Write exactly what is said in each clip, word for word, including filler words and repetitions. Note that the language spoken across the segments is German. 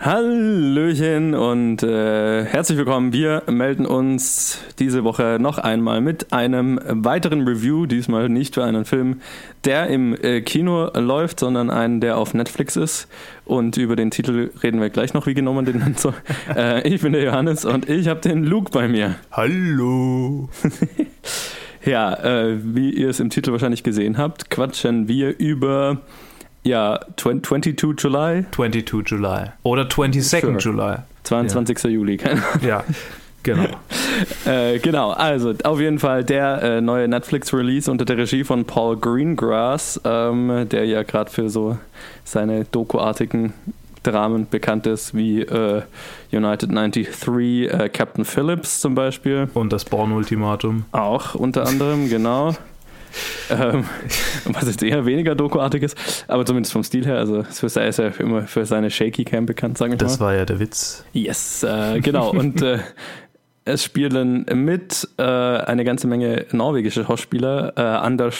Hallöchen und äh, herzlich willkommen. Wir melden uns diese Woche noch einmal mit einem weiteren Review, diesmal nicht für einen Film, der im äh, Kino läuft, sondern einen, der auf Netflix ist. Und über den Titel reden wir gleich noch, wie genau man den nennt. So. äh, ich bin der Johannes und ich habe den Luke bei mir. Hallo. Ja, äh, wie ihr es im Titel wahrscheinlich gesehen habt, quatschen wir über... Ja, zweiundzwanzigsten Juli. zweiundzwanzigsten Juli. Oder zweiundzwanzigsten Sure. Juli. zweiundzwanzigsten Ja. Juli, keine Ahnung. Ja, genau. äh, genau, also auf jeden Fall der äh, neue Netflix-Release unter der Regie von Paul Greengrass, ähm, der ja gerade für so seine Doku-artigen Dramen bekannt ist, wie äh, United neunundneunzig, äh, Captain Phillips zum Beispiel. Und das Born-Ultimatum. Auch unter anderem, genau. Ähm, was jetzt eher weniger Doku-artig ist, aber zumindest vom Stil her, also er ist ja immer für seine Shaky Cam bekannt, sagen wir mal. Das war ja der Witz. Yes, äh, genau. Und äh, es spielen mit äh, eine ganze Menge norwegische Schauspieler, äh, Anders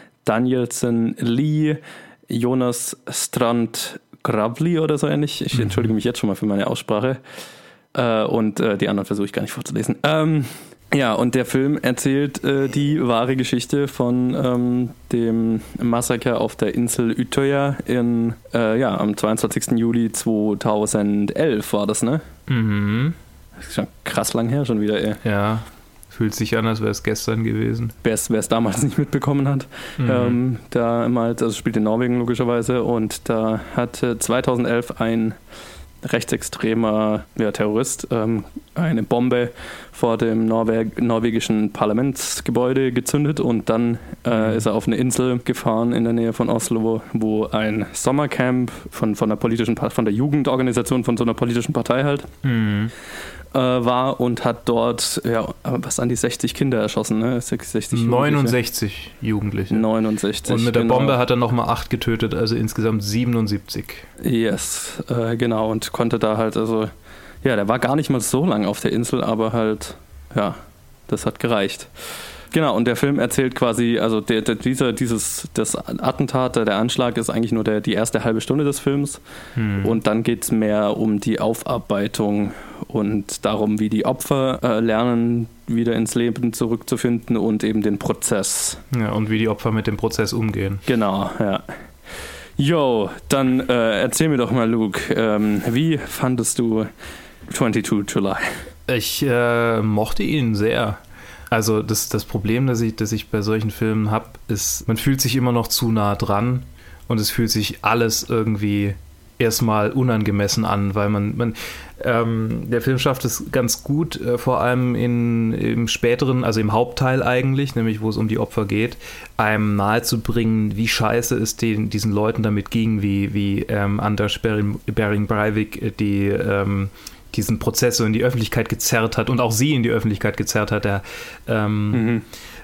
Danielsen Lie, Jonas Strand Gravli oder so ähnlich. Ich entschuldige mich jetzt schon mal für meine Aussprache. Äh, und äh, die anderen versuche ich gar nicht vorzulesen. Ähm, Ja, und der Film erzählt äh, die wahre Geschichte von ähm, dem Massaker auf der Insel Utøya in, äh, ja, am zweiundzwanzigsten Juli zweitausendelf war das, ne? Mhm. Das ist schon krass lang her schon wieder, ey. Ja, fühlt sich an, als wäre es gestern gewesen. Wer es damals nicht mitbekommen hat. Mhm. Ähm, da mal, also spielt in Norwegen logischerweise, und da hat äh, zweitausendelf ein rechtsextremer ja, Terrorist ähm, eine Bombe vor dem Norwe- norwegischen Parlamentsgebäude gezündet, und dann äh, ist er auf eine Insel gefahren in der Nähe von Oslo, wo, wo ein Sommercamp von, von der politischen von der Jugendorganisation von so einer politischen Partei halt Mhm. äh, war, und hat dort ja, was an die sechzig Kinder erschossen, ne? sechzig neunundsechzig Jugendliche. neunundsechzig. Und mit der genau. Bombe hat er nochmal acht getötet, also insgesamt siebenundsiebzig. Yes, äh, genau, und konnte da halt, also, ja, der war gar nicht mal so lang auf der Insel, aber halt, ja, das hat gereicht. Genau, und der Film erzählt quasi, also der, der, dieser, dieses, das Attentat, der Anschlag ist eigentlich nur der, die erste halbe Stunde des Films, Hm. und dann geht es mehr um die Aufarbeitung und darum, wie die Opfer äh, lernen, wieder ins Leben zurückzufinden, und eben den Prozess. Ja, und wie die Opfer mit dem Prozess umgehen. Genau, ja. Jo, dann äh, erzähl mir doch mal, Luke, ähm, wie fandest du zweiundzwanzigsten Juli? Ich äh, mochte ihn sehr. Also das, das Problem, das ich, das ich bei solchen Filmen habe, ist, man fühlt sich immer noch zu nah dran, und es fühlt sich alles irgendwie erstmal unangemessen an, weil man, man ähm, der Film schafft es ganz gut, äh, vor allem in, im späteren, also im Hauptteil eigentlich, nämlich wo es um die Opfer geht, einem nahezubringen, wie scheiße es den, diesen Leuten damit ging, wie, wie ähm, Anders Behring, Behring Breivik die ähm, diesen Prozess so in die Öffentlichkeit gezerrt hat und auch sie in die Öffentlichkeit gezerrt hat. Der, ähm, Mhm.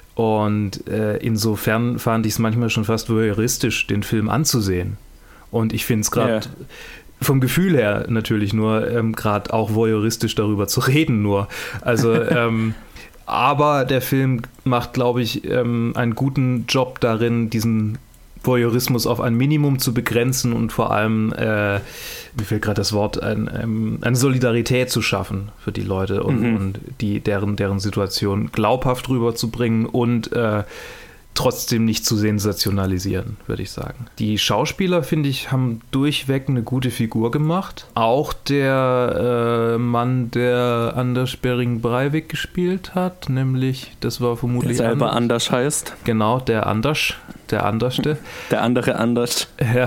Und äh, insofern fand ich es manchmal schon fast voyeuristisch, den Film anzusehen. Und ich finde es gerade Ja. vom Gefühl her natürlich nur ähm, gerade auch voyeuristisch darüber zu reden nur. Also ähm, aber der Film macht, glaube ich, ähm, einen guten Job darin, diesen Voyeurismus auf ein Minimum zu begrenzen und vor allem, äh, mir fehlt gerade das Wort, ein, ähm, eine Solidarität zu schaffen für die Leute und, Mhm. und die, deren, deren Situation glaubhaft rüberzubringen und äh, trotzdem nicht zu sensationalisieren, würde ich sagen. Die Schauspieler, finde ich, haben durchweg eine gute Figur gemacht. Auch der äh, Mann, der Anders Behring Breivik gespielt hat, nämlich, das war vermutlich... Der selber Anders. Anders heißt. Genau, der Anders, der Anderste. Der andere Anders. Ja,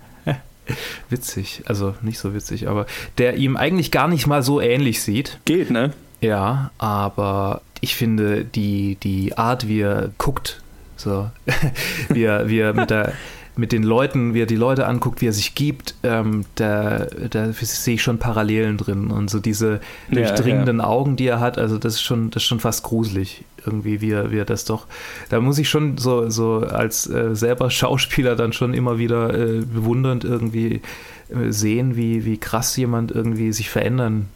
witzig, also nicht so witzig, aber der ihm eigentlich gar nicht mal so ähnlich sieht. Geht, ne? Ja, aber ich finde, die, die Art, wie er guckt, so, wie er, wie er mit der mit den Leuten, wie er die Leute anguckt, wie er sich gibt, ähm, da, da sehe ich schon Parallelen drin. Und so diese durchdringenden ja, ja. Augen, die er hat, also das ist schon, das ist schon fast gruselig, irgendwie, wie er, wie er das doch. Da muss ich schon so, so als äh, selber Schauspieler dann schon immer wieder äh, bewundernd irgendwie äh, sehen, wie, wie krass jemand irgendwie sich verändern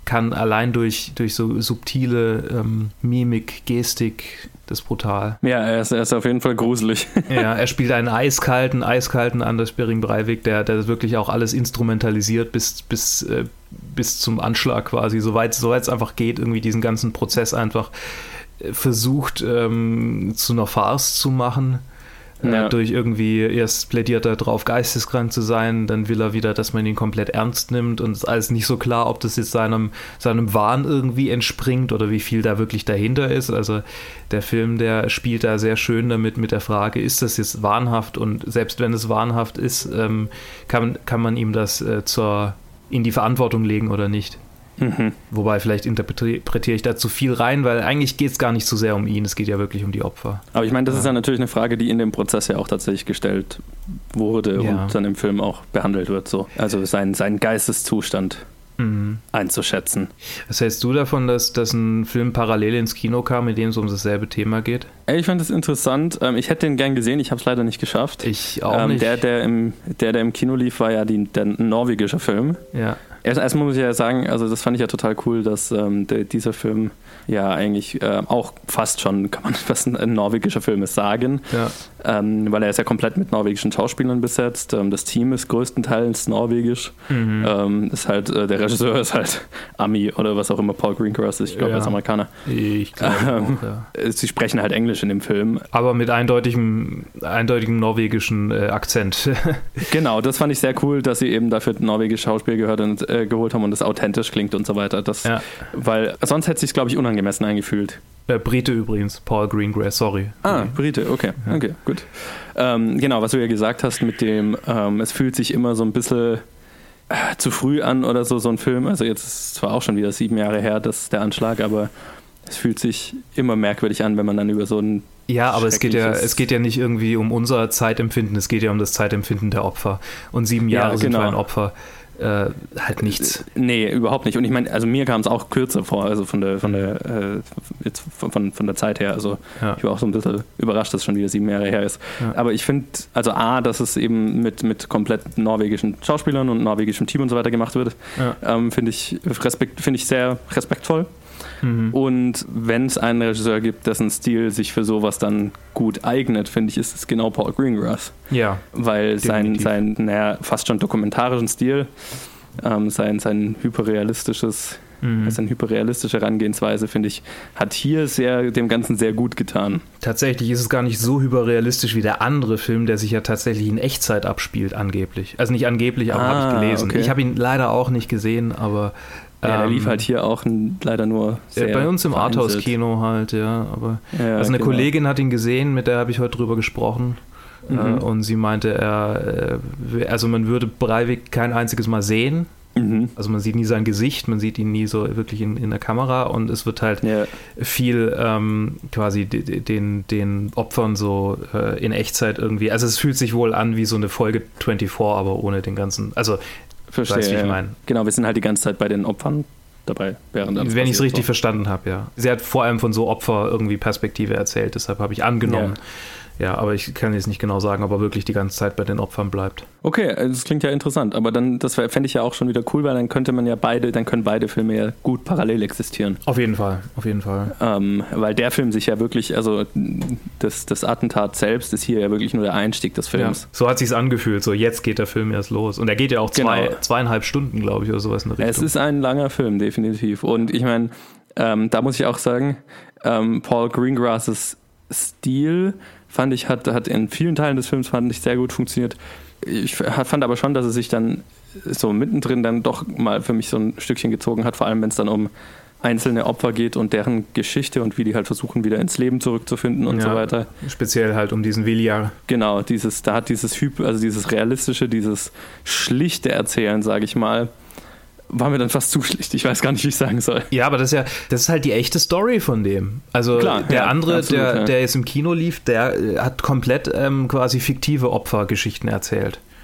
kann allein durch, durch so subtile ähm, Mimik, Gestik, das ist brutal. Ja, er ist, er ist auf jeden Fall gruselig. Ja, er spielt einen eiskalten, eiskalten Anders Behring Breivik, der, der wirklich auch alles instrumentalisiert bis, bis, äh, bis zum Anschlag quasi, soweit soweit es einfach geht, irgendwie diesen ganzen Prozess einfach äh, versucht ähm, zu einer Farce zu machen. Ja. Äh, durch irgendwie, erst plädiert er drauf, geisteskrank zu sein, dann will er wieder, dass man ihn komplett ernst nimmt und es ist alles nicht so klar, ob das jetzt seinem, seinem Wahn irgendwie entspringt oder wie viel da wirklich dahinter ist. Also der Film, der spielt da sehr schön damit mit der Frage, ist das jetzt wahnhaft, und selbst wenn es wahnhaft ist, ähm, kann, kann man ihm das äh, zur, in die Verantwortung legen oder nicht. Mhm. Wobei, vielleicht interpretiere ich da zu viel rein, weil eigentlich geht es gar nicht so sehr um ihn, es geht ja wirklich um die Opfer. Aber ich meine, das ja. ist ja natürlich eine Frage, die in dem Prozess ja auch tatsächlich gestellt wurde ja. und dann im Film auch behandelt wird. So. Also sein, sein Geisteszustand mhm. einzuschätzen. Was hältst du davon, dass, dass ein Film parallel ins Kino kam, mit dem es um dasselbe Thema geht? Ich fand das interessant. Ich hätte den gern gesehen, ich habe es leider nicht geschafft. Ich auch nicht. Der, der im, der, der im Kino lief, war ja die, der norwegische Film. Ja. Erst, erstmal muss ich ja sagen, also das fand ich ja total cool, dass ähm, der, dieser Film ja eigentlich äh, auch fast schon, kann man fast ein, ein norwegischer Film ist sagen, ja. ähm, weil er ist ja komplett mit norwegischen Schauspielern besetzt. Ähm, das Team ist größtenteils norwegisch. Mhm. Ähm, ist halt, äh, der Regisseur ist halt Ami oder was auch immer Paul Greengrass ist, ich glaube, ja. er ist Amerikaner. Ich glaube ähm, auch, ja. Sie sprechen halt Englisch in dem Film. Aber mit eindeutigem, eindeutigem norwegischen äh, Akzent. Genau, das fand ich sehr cool, dass sie eben dafür norwegische Schauspieler gehört und äh, geholt haben und es authentisch klingt und so weiter. Das, ja. Weil sonst hätte es sich, glaube ich, unangemessen eingefühlt. Äh, Brite übrigens, Paul Greengrass, sorry. Ah, Brite, okay, ja. okay, gut. Ähm, genau, was du ja gesagt hast mit dem, ähm, es fühlt sich immer so ein bisschen äh, zu früh an oder so, so ein Film. Also jetzt ist es zwar auch schon wieder sieben Jahre her, das der Anschlag, aber es fühlt sich immer merkwürdig an, wenn man dann über so ein Ja, aber es geht ja, es geht ja nicht irgendwie um unser Zeitempfinden, es geht ja um das Zeitempfinden der Opfer. Und sieben Jahre ja, genau. sind für ein Opfer äh, halt nichts. Nee, überhaupt nicht. Und ich meine, also mir kam es auch kürzer vor, also von der, von der, äh, jetzt von, von der Zeit her. Also ja. ich war auch so ein bisschen überrascht, dass es schon wieder sieben Jahre her ist. Ja. Aber ich finde, also A, dass es eben mit, mit komplett norwegischen Schauspielern und norwegischem Team und so weiter gemacht wird, ja. ähm, finde ich, Respekt, finde ich sehr respektvoll. Mhm. Und wenn es einen Regisseur gibt, dessen Stil sich für sowas dann gut eignet, finde ich, ist es genau Paul Greengrass. Ja. Weil sein, sein naja, fast schon dokumentarischen Stil, ähm, sein, sein hyperrealistisches, mhm. seine hyperrealistische Herangehensweise, finde ich, hat hier sehr, dem Ganzen sehr gut getan. Tatsächlich ist es gar nicht so hyperrealistisch wie der andere Film, der sich ja tatsächlich in Echtzeit abspielt, angeblich. Also nicht angeblich, aber ah, habe ich gelesen. Okay. Ich habe ihn leider auch nicht gesehen, aber ja, der lief halt hier auch leider nur sehr bei uns im Arthouse-Kino halt, ja. Aber ja, also eine genau. Kollegin hat ihn gesehen, mit der habe ich heute drüber gesprochen. Mhm. Äh, und sie meinte, er, also man würde Breivik kein einziges Mal sehen. Mhm. Also man sieht nie sein Gesicht, man sieht ihn nie so wirklich in, in der Kamera und es wird halt ja. viel ähm, quasi den, den Opfern so äh, in Echtzeit irgendwie, also es fühlt sich wohl an wie so eine Folge vierundzwanzig, aber ohne den ganzen, also Verstehe, weißt, wie ich meine. Genau, wir sind halt die ganze Zeit bei den Opfern dabei. Während Wenn ich es richtig war. verstanden habe, ja. Sie hat vor allem von so Opfer irgendwie Perspektive erzählt, deshalb habe ich angenommen. Ja. Ja, aber ich kann jetzt nicht genau sagen, ob er wirklich die ganze Zeit bei den Opfern bleibt. Okay, das klingt ja interessant, aber dann, das fände ich ja auch schon wieder cool, weil dann könnte man ja beide, dann können beide Filme ja gut parallel existieren. Auf jeden Fall, auf jeden Fall. Ähm, weil der Film sich ja wirklich, also das, das Attentat selbst ist hier ja wirklich nur der Einstieg des Films. Ja, so hat sich's angefühlt, so jetzt geht der Film erst los. Und er geht ja auch zwei, genau. zweieinhalb Stunden, glaube ich, oder sowas in der Richtung. Es ist ein langer Film, definitiv. Und ich meine, ähm, da muss ich auch sagen, ähm, Paul Greengrasses Stil fand ich, hat, hat in vielen Teilen des Films fand ich sehr gut funktioniert. Ich fand aber schon, dass es sich dann so mittendrin dann doch mal für mich so ein Stückchen gezogen hat, vor allem wenn es dann um einzelne Opfer geht und deren Geschichte und wie die halt versuchen, wieder ins Leben zurückzufinden und ja, so weiter. Speziell halt um diesen Viljar. Genau, dieses, da hat dieses Hyp, also dieses realistische, dieses schlichte Erzählen, sage ich mal, war mir dann fast zu schlicht. Ich weiß gar nicht, wie ich sagen soll. Ja, aber das ist ja, das ist halt die echte Story von dem. Also Klar, der ja, andere, absolut, der, ja. der jetzt im Kino lief, der hat komplett ähm, quasi fiktive Opfergeschichten erzählt.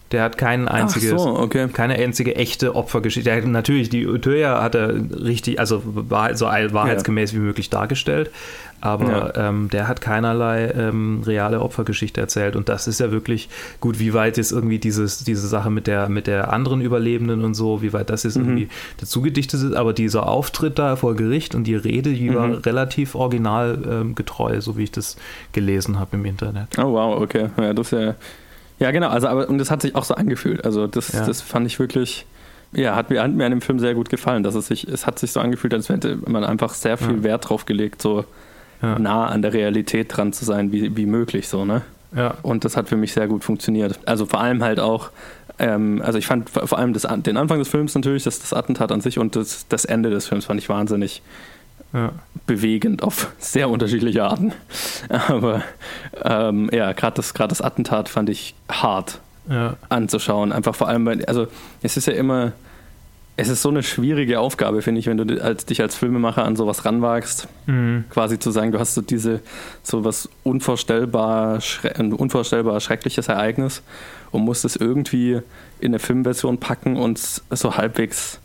Der hat kein einziges, Ach so, okay. keine einzige echte Opfergeschichte. Der hat natürlich, die Utøya hat er richtig, also war so wahrheitsgemäß ja. wie möglich dargestellt, aber ja. ähm, der hat keinerlei ähm, reale Opfergeschichte erzählt und das ist ja wirklich gut, wie weit jetzt irgendwie dieses, diese Sache mit der, mit der anderen Überlebenden und so, wie weit das jetzt mhm. irgendwie dazu gedichtet ist, aber dieser Auftritt da vor Gericht und die Rede, die mhm. war relativ originalgetreu, ähm, so wie ich das gelesen habe im Internet. Oh wow, okay. Ja, das ist ja Ja, genau, also aber und das hat sich auch so angefühlt. Also das, ja. das fand ich wirklich, ja, hat mir, hat mir an dem Film sehr gut gefallen, dass es sich, es hat sich so angefühlt, als hätte man einfach sehr viel ja. Wert drauf gelegt, so ja. nah an der Realität dran zu sein, wie, wie möglich so, ne? Ja. Und das hat für mich sehr gut funktioniert. Also vor allem halt auch, ähm, also ich fand vor allem das, den Anfang des Films natürlich, das, das Attentat an sich und das, das Ende des Films fand ich wahnsinnig Ja. bewegend auf sehr unterschiedliche Arten. Aber ähm, ja, gerade das, gerade das Attentat fand ich hart ja. anzuschauen. Einfach vor allem, weil, also es ist ja immer, es ist so eine schwierige Aufgabe, finde ich, wenn du als, dich als Filmemacher an sowas ranwagst, mhm. quasi zu sagen, du hast so diese, so was unvorstellbar, ein unvorstellbar schreckliches Ereignis und musst es irgendwie in eine Filmversion packen und so halbwegs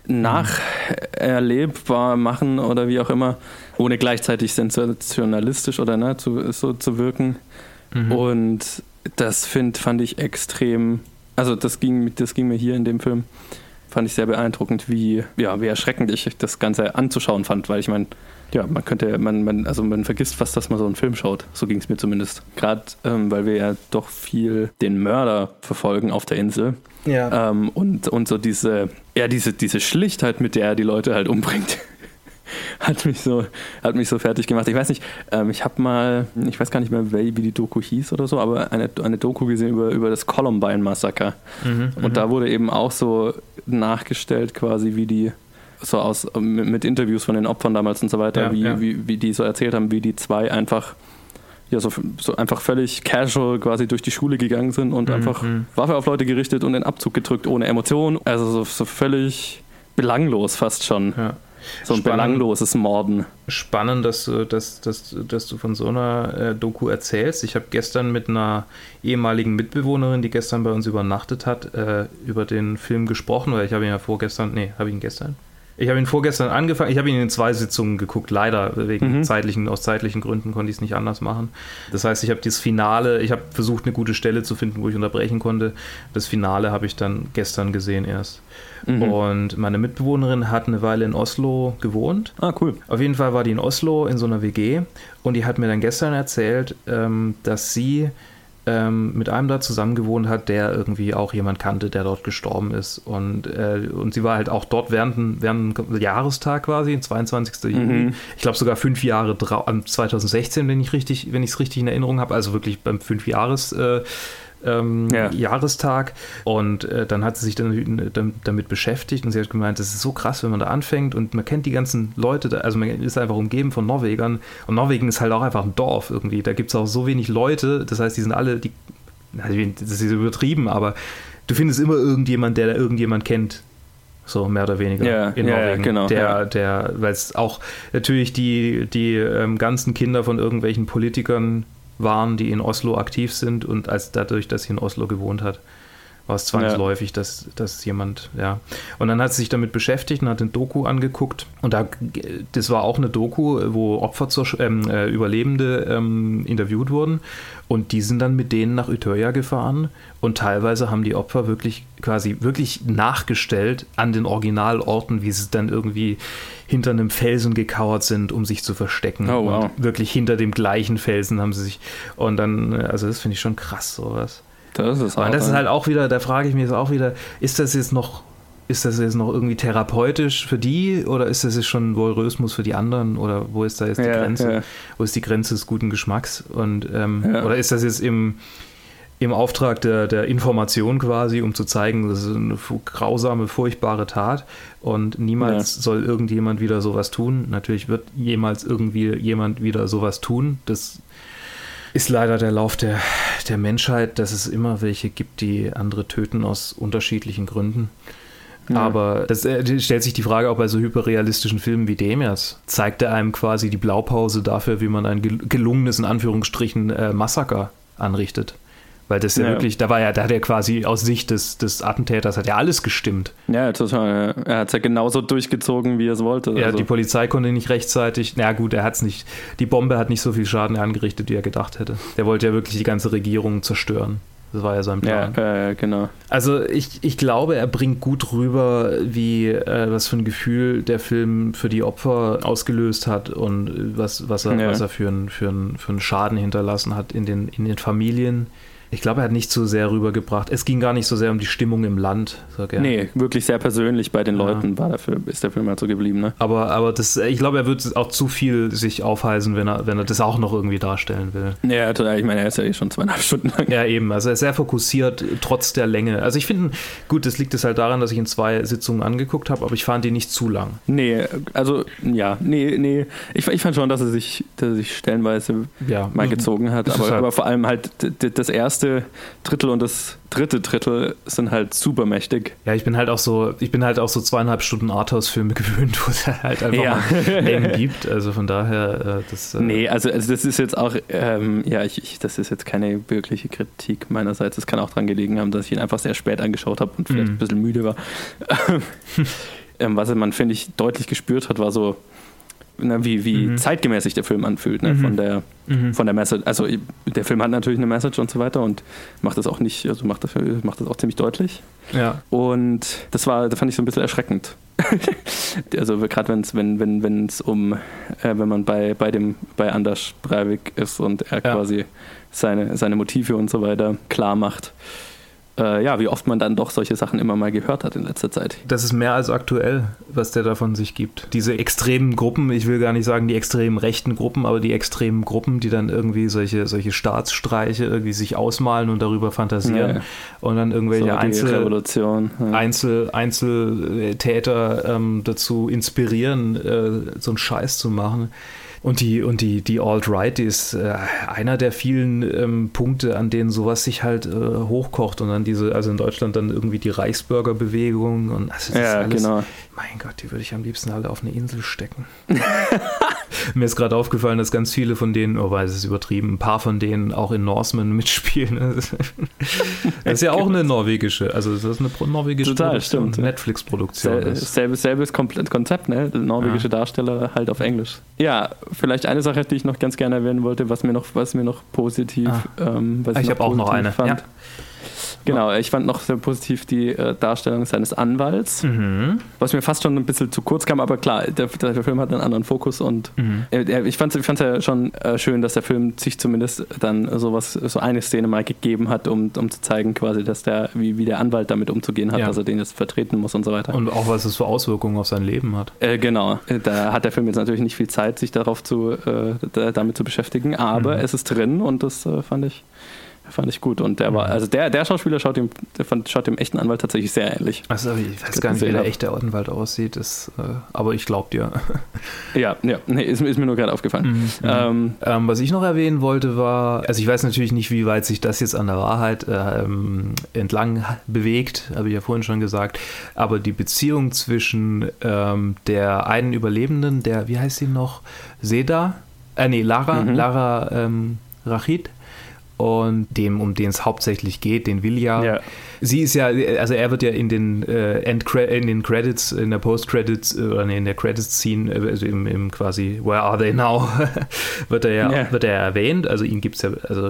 nacherlebbar machen oder wie auch immer, ohne gleichzeitig sensationalistisch oder ne, zu, so zu wirken. Mhm. Und das find, fand ich extrem, also das ging, das ging mir hier in dem Film, fand ich sehr beeindruckend, wie, ja, wie erschreckend ich das Ganze anzuschauen fand, weil ich meine, ja, man könnte, man, man, also man vergisst fast, dass man so einen Film schaut. So ging es mir zumindest. Gerade, ähm, weil wir ja doch viel den Mörder verfolgen auf der Insel. Ja. Ähm, und, und so diese, ja, diese, diese Schlichtheit, mit der er die Leute halt umbringt, hat mich so, hat mich so fertig gemacht. Ich weiß nicht, ähm, ich habe mal, ich weiß gar nicht mehr, wie die Doku hieß oder so, aber eine, eine Doku gesehen über, über das Columbine-Massaker. Mhm, und da wurde eben auch so nachgestellt, quasi wie die so aus mit, mit Interviews von den Opfern damals und so weiter, ja, wie, ja. wie, wie die so erzählt haben, wie die zwei einfach ja so, so einfach völlig casual quasi durch die Schule gegangen sind und mhm, einfach mhm. Waffe auf Leute gerichtet und den Abzug gedrückt ohne Emotion. Also so, so völlig belanglos fast schon. Ja. So ein Spannend, belangloses Morden. Spannend, dass du, dass, dass, dass du von so einer äh, Doku erzählst. Ich habe gestern mit einer ehemaligen Mitbewohnerin, die gestern bei uns übernachtet hat, äh, über den Film gesprochen, weil ich habe ihn ja vorgestern, nee, habe ich ihn gestern? Ich habe ihn vorgestern angefangen, ich habe ihn in zwei Sitzungen geguckt, leider, wegen mhm. zeitlichen, aus zeitlichen Gründen konnte ich es nicht anders machen. Das heißt, ich habe das Finale, ich habe versucht, eine gute Stelle zu finden, wo ich unterbrechen konnte. Das Finale habe ich dann gestern gesehen erst. Mhm. Und meine Mitbewohnerin hat eine Weile in Oslo gewohnt. Ah, cool. Auf jeden Fall war die in Oslo in so einer W G und die hat mir dann gestern erzählt, dass sie mit einem da zusammen gewohnt hat, der irgendwie auch jemand kannte, der dort gestorben ist. Und, äh, und sie war halt auch dort während, während dem Jahrestag quasi, zweiundzwanzigsten Juli. Mhm. Ich glaube sogar fünf Jahre am zwanzig sechzehn, wenn ich richtig, wenn ich es richtig in Erinnerung habe. Also wirklich beim fünf Jahres äh, ähm, ja. Jahrestag. Und äh, dann hat sie sich dann damit beschäftigt und sie hat gemeint, das ist so krass, wenn man da anfängt und man kennt die ganzen Leute, da, also man ist einfach umgeben von Norwegern und Norwegen ist halt auch einfach ein Dorf irgendwie. Da gibt es auch so wenig Leute, das heißt, die sind alle, die, das ist übertrieben, aber du findest immer irgendjemand, der da irgendjemand kennt. So mehr oder weniger ja, in ja, Norwegen. Ja, genau, der, ja. der, weil es auch natürlich die, die ähm, ganzen Kinder von irgendwelchen Politikern waren, die in Oslo aktiv sind und als dadurch, dass sie in Oslo gewohnt hat, war es zwangsläufig, ja. dass, dass jemand, ja. Und dann hat sie sich damit beschäftigt und hat eine Doku angeguckt und da, das war auch eine Doku, wo Opfer zur, ähm, äh, Überlebende ähm, interviewt wurden und die sind dann mit denen nach Utøya gefahren und teilweise haben die Opfer wirklich quasi wirklich nachgestellt an den Originalorten, wie sie dann irgendwie hinter einem Felsen gekauert sind, um sich zu verstecken. Oh, wow. Und wirklich hinter dem gleichen Felsen haben sie sich, und dann, also das finde ich schon krass, sowas. Das ist, Aber das ist halt auch wieder, da frage ich mich jetzt auch wieder, ist das jetzt noch, ist das jetzt noch irgendwie therapeutisch für die oder ist das jetzt schon Voyeurismus für die anderen oder wo ist da jetzt die ja, Grenze? Ja. Wo ist die Grenze des guten Geschmacks? Und ähm, ja. oder ist das jetzt im, im Auftrag der, der Information quasi, um zu zeigen, das ist eine grausame, furchtbare Tat und niemals ja. soll irgendjemand wieder sowas tun. Natürlich wird jemals irgendwie jemand wieder sowas tun. Das ist leider der Lauf der, der Menschheit, dass es immer welche gibt, die andere töten aus unterschiedlichen Gründen. Ja. Aber das äh, stellt sich die Frage auch bei so hyperrealistischen Filmen wie dem jetzt. Zeigt er einem quasi die Blaupause dafür, wie man ein gelungenes, in Anführungsstrichen, äh, Massaker anrichtet. Weil das ja, ja wirklich, da war ja, da hat er quasi aus Sicht des, des Attentäters hat ja alles gestimmt. Ja, total. Er hat es ja genauso durchgezogen, wie er es wollte. Ja, also. Die Polizei konnte nicht rechtzeitig, na gut, er hat es nicht, die Bombe hat nicht so viel Schaden angerichtet, wie er gedacht hätte. Der wollte ja wirklich die ganze Regierung zerstören. Das war ja sein Plan. Ja, äh, genau. Also ich, ich glaube, er bringt gut rüber, wie äh, was für ein Gefühl der Film für die Opfer ausgelöst hat und was, was er, ja. was er für, ein, für, ein, für einen Schaden hinterlassen hat in den, in den Familien. Ich glaube, er hat nicht so sehr rübergebracht. Es ging gar nicht so sehr um die Stimmung im Land. Sag er. Nee, wirklich sehr persönlich bei den ja. Leuten war dafür, ist der Film halt so geblieben. Ne? Aber, aber das, ich glaube, er wird auch zu viel sich aufhalsen, wenn er, wenn er das auch noch irgendwie darstellen will. Ja, total. Ich meine, er ist ja eh schon zweieinhalb Stunden lang. Ja, eben. Also er ist sehr fokussiert, trotz der Länge. Also ich finde, gut, das liegt es halt daran, dass ich ihn zwei Sitzungen angeguckt habe, aber ich fand ihn nicht zu lang. Nee, also ja, nee, nee. Ich, ich fand schon, dass er sich, dass er sich stellenweise ja. mal gezogen hat. Aber, halt aber vor allem halt das erste Drittel und das dritte Drittel sind halt super mächtig. Ja, ich bin halt auch so, ich bin halt auch so zweieinhalb Stunden Arthouse-Filme gewöhnt, wo es halt einfach ja. mal Längen gibt. Also von daher, äh, das. Äh nee, also, also das ist jetzt auch, ähm, ja, ich, ich, das ist jetzt keine wirkliche Kritik meinerseits. Das kann auch daran gelegen haben, dass ich ihn einfach sehr spät angeschaut habe und vielleicht mm. ein bisschen müde war. ähm, was man, finde ich, deutlich gespürt hat, war so, na, wie, wie mhm. zeitgemäß sich der Film anfühlt, ne? mhm. von der mhm. von der Message. Also der Film hat natürlich eine Message und so weiter und macht das auch nicht, also macht das, macht das auch ziemlich deutlich. Ja. Und das war, das fand ich so ein bisschen erschreckend. Also gerade wenn's, wenn wenn wenn es um äh, wenn man bei bei dem bei Anders Breivik ist und er ja. quasi seine seine Motive und so weiter klar macht. Äh, ja, wie oft man dann doch solche Sachen immer mal gehört hat in letzter Zeit. Das ist mehr als aktuell, was der da von sich gibt. Diese extremen Gruppen, ich will gar nicht sagen die extremen rechten Gruppen, aber die extremen Gruppen, die dann irgendwie solche, solche Staatsstreiche irgendwie sich ausmalen und darüber fantasieren ja. und dann irgendwelche so Einzel, Revolution, ja. Einzel, Einzeltäter ähm, dazu inspirieren, äh, so einen Scheiß zu machen. Und die, und die, die Alt-Right, die ist äh, einer der vielen ähm, Punkte, an denen sowas sich halt äh, hochkocht. Und dann diese, also in Deutschland dann irgendwie die Reichsbürgerbewegung und also das ja, ist alles, genau. Mein Gott, die würde ich am liebsten alle auf eine Insel stecken. Mir ist gerade aufgefallen, dass ganz viele von denen, oh, weil es ist übertrieben, ein paar von denen auch in Norseman mitspielen. Das ist ja auch eine norwegische, also das ist eine norwegische Total, stimmt. Netflix-Produktion. Sel- selbes, selbes Konzept, ne? Norwegische ja. Darsteller halt auf Englisch. Ja, vielleicht eine Sache, die ich noch ganz gerne erwähnen wollte, was mir noch, was mir noch positiv, ah. ähm, was ich, ich habe auch noch eine. Fand. Ja. Genau, ich fand noch sehr positiv die äh, Darstellung seines Anwalts, mhm. was mir fast schon ein bisschen zu kurz kam, aber klar, der, der Film hat einen anderen Fokus und mhm. äh, ich fand es ich ja schon äh, schön, dass der Film sich zumindest dann sowas, so eine Szene mal gegeben hat, um, um zu zeigen quasi, dass der, wie, wie der Anwalt damit umzugehen hat, ja. dass er den jetzt vertreten muss und so weiter. Und auch, was es für Auswirkungen auf sein Leben hat. Äh, genau, da hat der Film jetzt natürlich nicht viel Zeit, sich darauf zu, äh, da, damit zu beschäftigen, aber mhm. es ist drin und das äh, fand ich Fand ich gut. Und der war, also der, der Schauspieler schaut dem, der fand, schaut dem echten Anwalt tatsächlich sehr ähnlich. Also ich weiß gar nicht, wie der echte Anwalt aussieht, ist, äh, aber ich glaub dir. Ja, ja, nee, ist, ist mir nur gerade aufgefallen. Mhm. Ähm, ähm, was ich noch erwähnen wollte war, also ich weiß natürlich nicht, wie weit sich das jetzt an der Wahrheit ähm, entlang bewegt, habe ich ja vorhin schon gesagt, aber die Beziehung zwischen ähm, der einen Überlebenden, der, wie heißt sie noch, Seda? Äh, nee, Lara, mhm. Lara ähm, Rachid, und dem, um den es hauptsächlich geht, den Vilja. Ja. Sie ist ja, also er wird ja in den äh, Endcre- in den Credits, in der Post-Credits, oder nee, in der Credits-Scene, also im, im quasi Where Are They Now, wird er ja, ja. wird er erwähnt, also ihn gibt es ja, also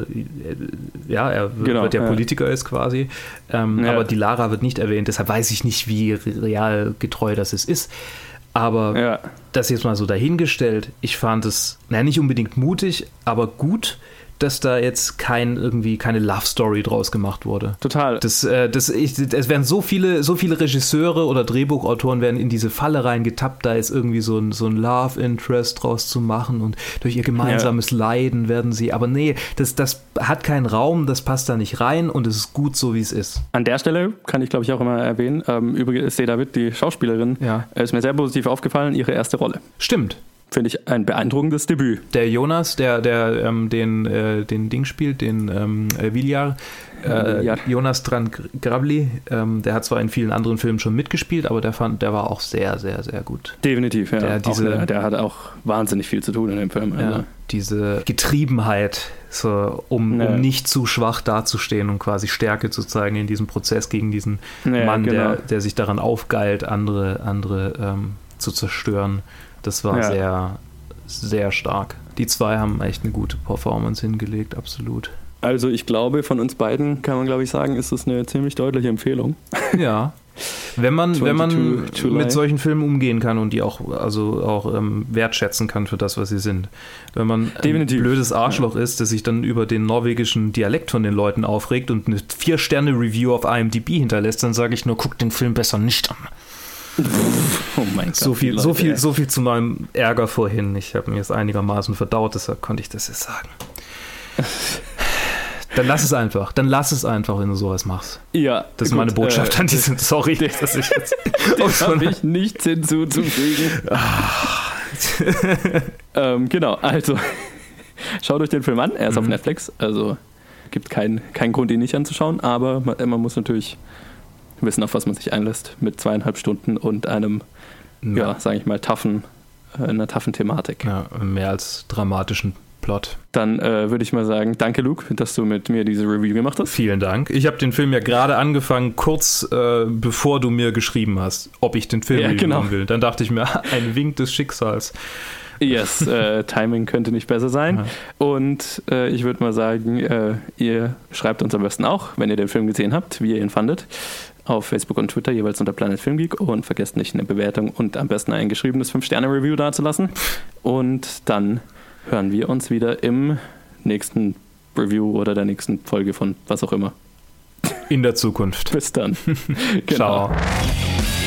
ja, er genau, wird ja, ja Politiker ist quasi, ähm, ja. aber die Lara wird nicht erwähnt, deshalb weiß ich nicht, wie real getreu das ist. Aber ja. das jetzt mal so dahingestellt, ich fand es, naja, nicht unbedingt mutig, aber gut, dass da jetzt kein irgendwie keine Love Story draus gemacht wurde. Total. Das, äh, das, ich, es werden so viele, so viele Regisseure oder Drehbuchautoren werden in diese Falle reingetappt, da jetzt irgendwie so ein, so ein Love Interest draus zu machen und durch ihr gemeinsames ja. Leiden werden sie, aber nee, das, das hat keinen Raum, das passt da nicht rein und es ist gut so, wie es ist. An der Stelle kann ich, glaube ich, auch immer erwähnen, ähm, übrigens ist Seda Witt, die Schauspielerin, ja. ist mir sehr positiv aufgefallen, ihre erste Rolle. Stimmt. Finde ich ein beeindruckendes Debüt. Der Jonas, der, der ähm, den, äh, den Ding spielt, den ähm, äh, Viljar, äh, ja. Jonas Trngrabli, ähm, der hat zwar in vielen anderen Filmen schon mitgespielt, aber der fand, der war auch sehr, sehr, sehr gut. Definitiv, ja. Der, diese, auch, der, der hat auch wahnsinnig viel zu tun in dem Film. Also. Ja, diese Getriebenheit, so, um, ja. um nicht zu schwach dazustehen und quasi Stärke zu zeigen in diesem Prozess gegen diesen ja, Mann, genau. der, der sich daran aufgeilt, andere, andere ähm, zu zerstören. Das war ja. sehr, sehr stark. Die zwei haben echt eine gute Performance hingelegt, absolut. Also ich glaube, von uns beiden kann man, glaube ich, sagen, ist das eine ziemlich deutliche Empfehlung. Ja. Wenn man, wenn man July. mit solchen Filmen umgehen kann und die auch, also auch ähm, wertschätzen kann für das, was sie sind. Wenn man Definitiv. ein blödes Arschloch ja. ist, das sich dann über den norwegischen Dialekt von den Leuten aufregt und eine vier Sterne Review auf I M D B hinterlässt, dann sage ich nur, guck den Film besser nicht an. Oh mein Gott. So viel, Leute, so viel, ey. so viel zu meinem Ärger vorhin. Ich habe mir das einigermaßen verdaut, deshalb konnte ich das jetzt sagen. Dann lass es einfach. Dann lass es einfach, wenn du sowas machst. Ja. Das ist gut, meine Botschaft äh, an diesen. Sorry, dass ich jetzt. Dem habe ich nichts hinzuzufügen. ähm, genau, also schaut euch den Film an. Er ist mhm. auf Netflix, also gibt keinen kein Grund, ihn nicht anzuschauen, aber man, man muss natürlich wissen, auf was man sich einlässt mit zweieinhalb Stunden und einem, ja, ja sage ich mal, taffen, äh, einer taffen Thematik. Ja, mehr als dramatischen Plot. Dann äh, würde ich mal sagen, danke Luke, dass du mit mir diese Review gemacht hast. Vielen Dank. Ich habe den Film ja gerade angefangen, kurz äh, bevor du mir geschrieben hast, ob ich den Film ja, reviewen genau. will. Dann dachte ich mir, ein Wink des Schicksals. Yes, äh, Timing könnte nicht besser sein. Ja. Und äh, ich würde mal sagen, äh, ihr schreibt uns am besten auch, wenn ihr den Film gesehen habt, wie ihr ihn fandet, auf Facebook und Twitter, jeweils unter Planet Film Geek, und vergesst nicht, eine Bewertung und am besten ein geschriebenes fünf Sterne Review dazulassen. Und dann hören wir uns wieder im nächsten Review oder der nächsten Folge von was auch immer. In der Zukunft. Bis dann. Genau. Ciao.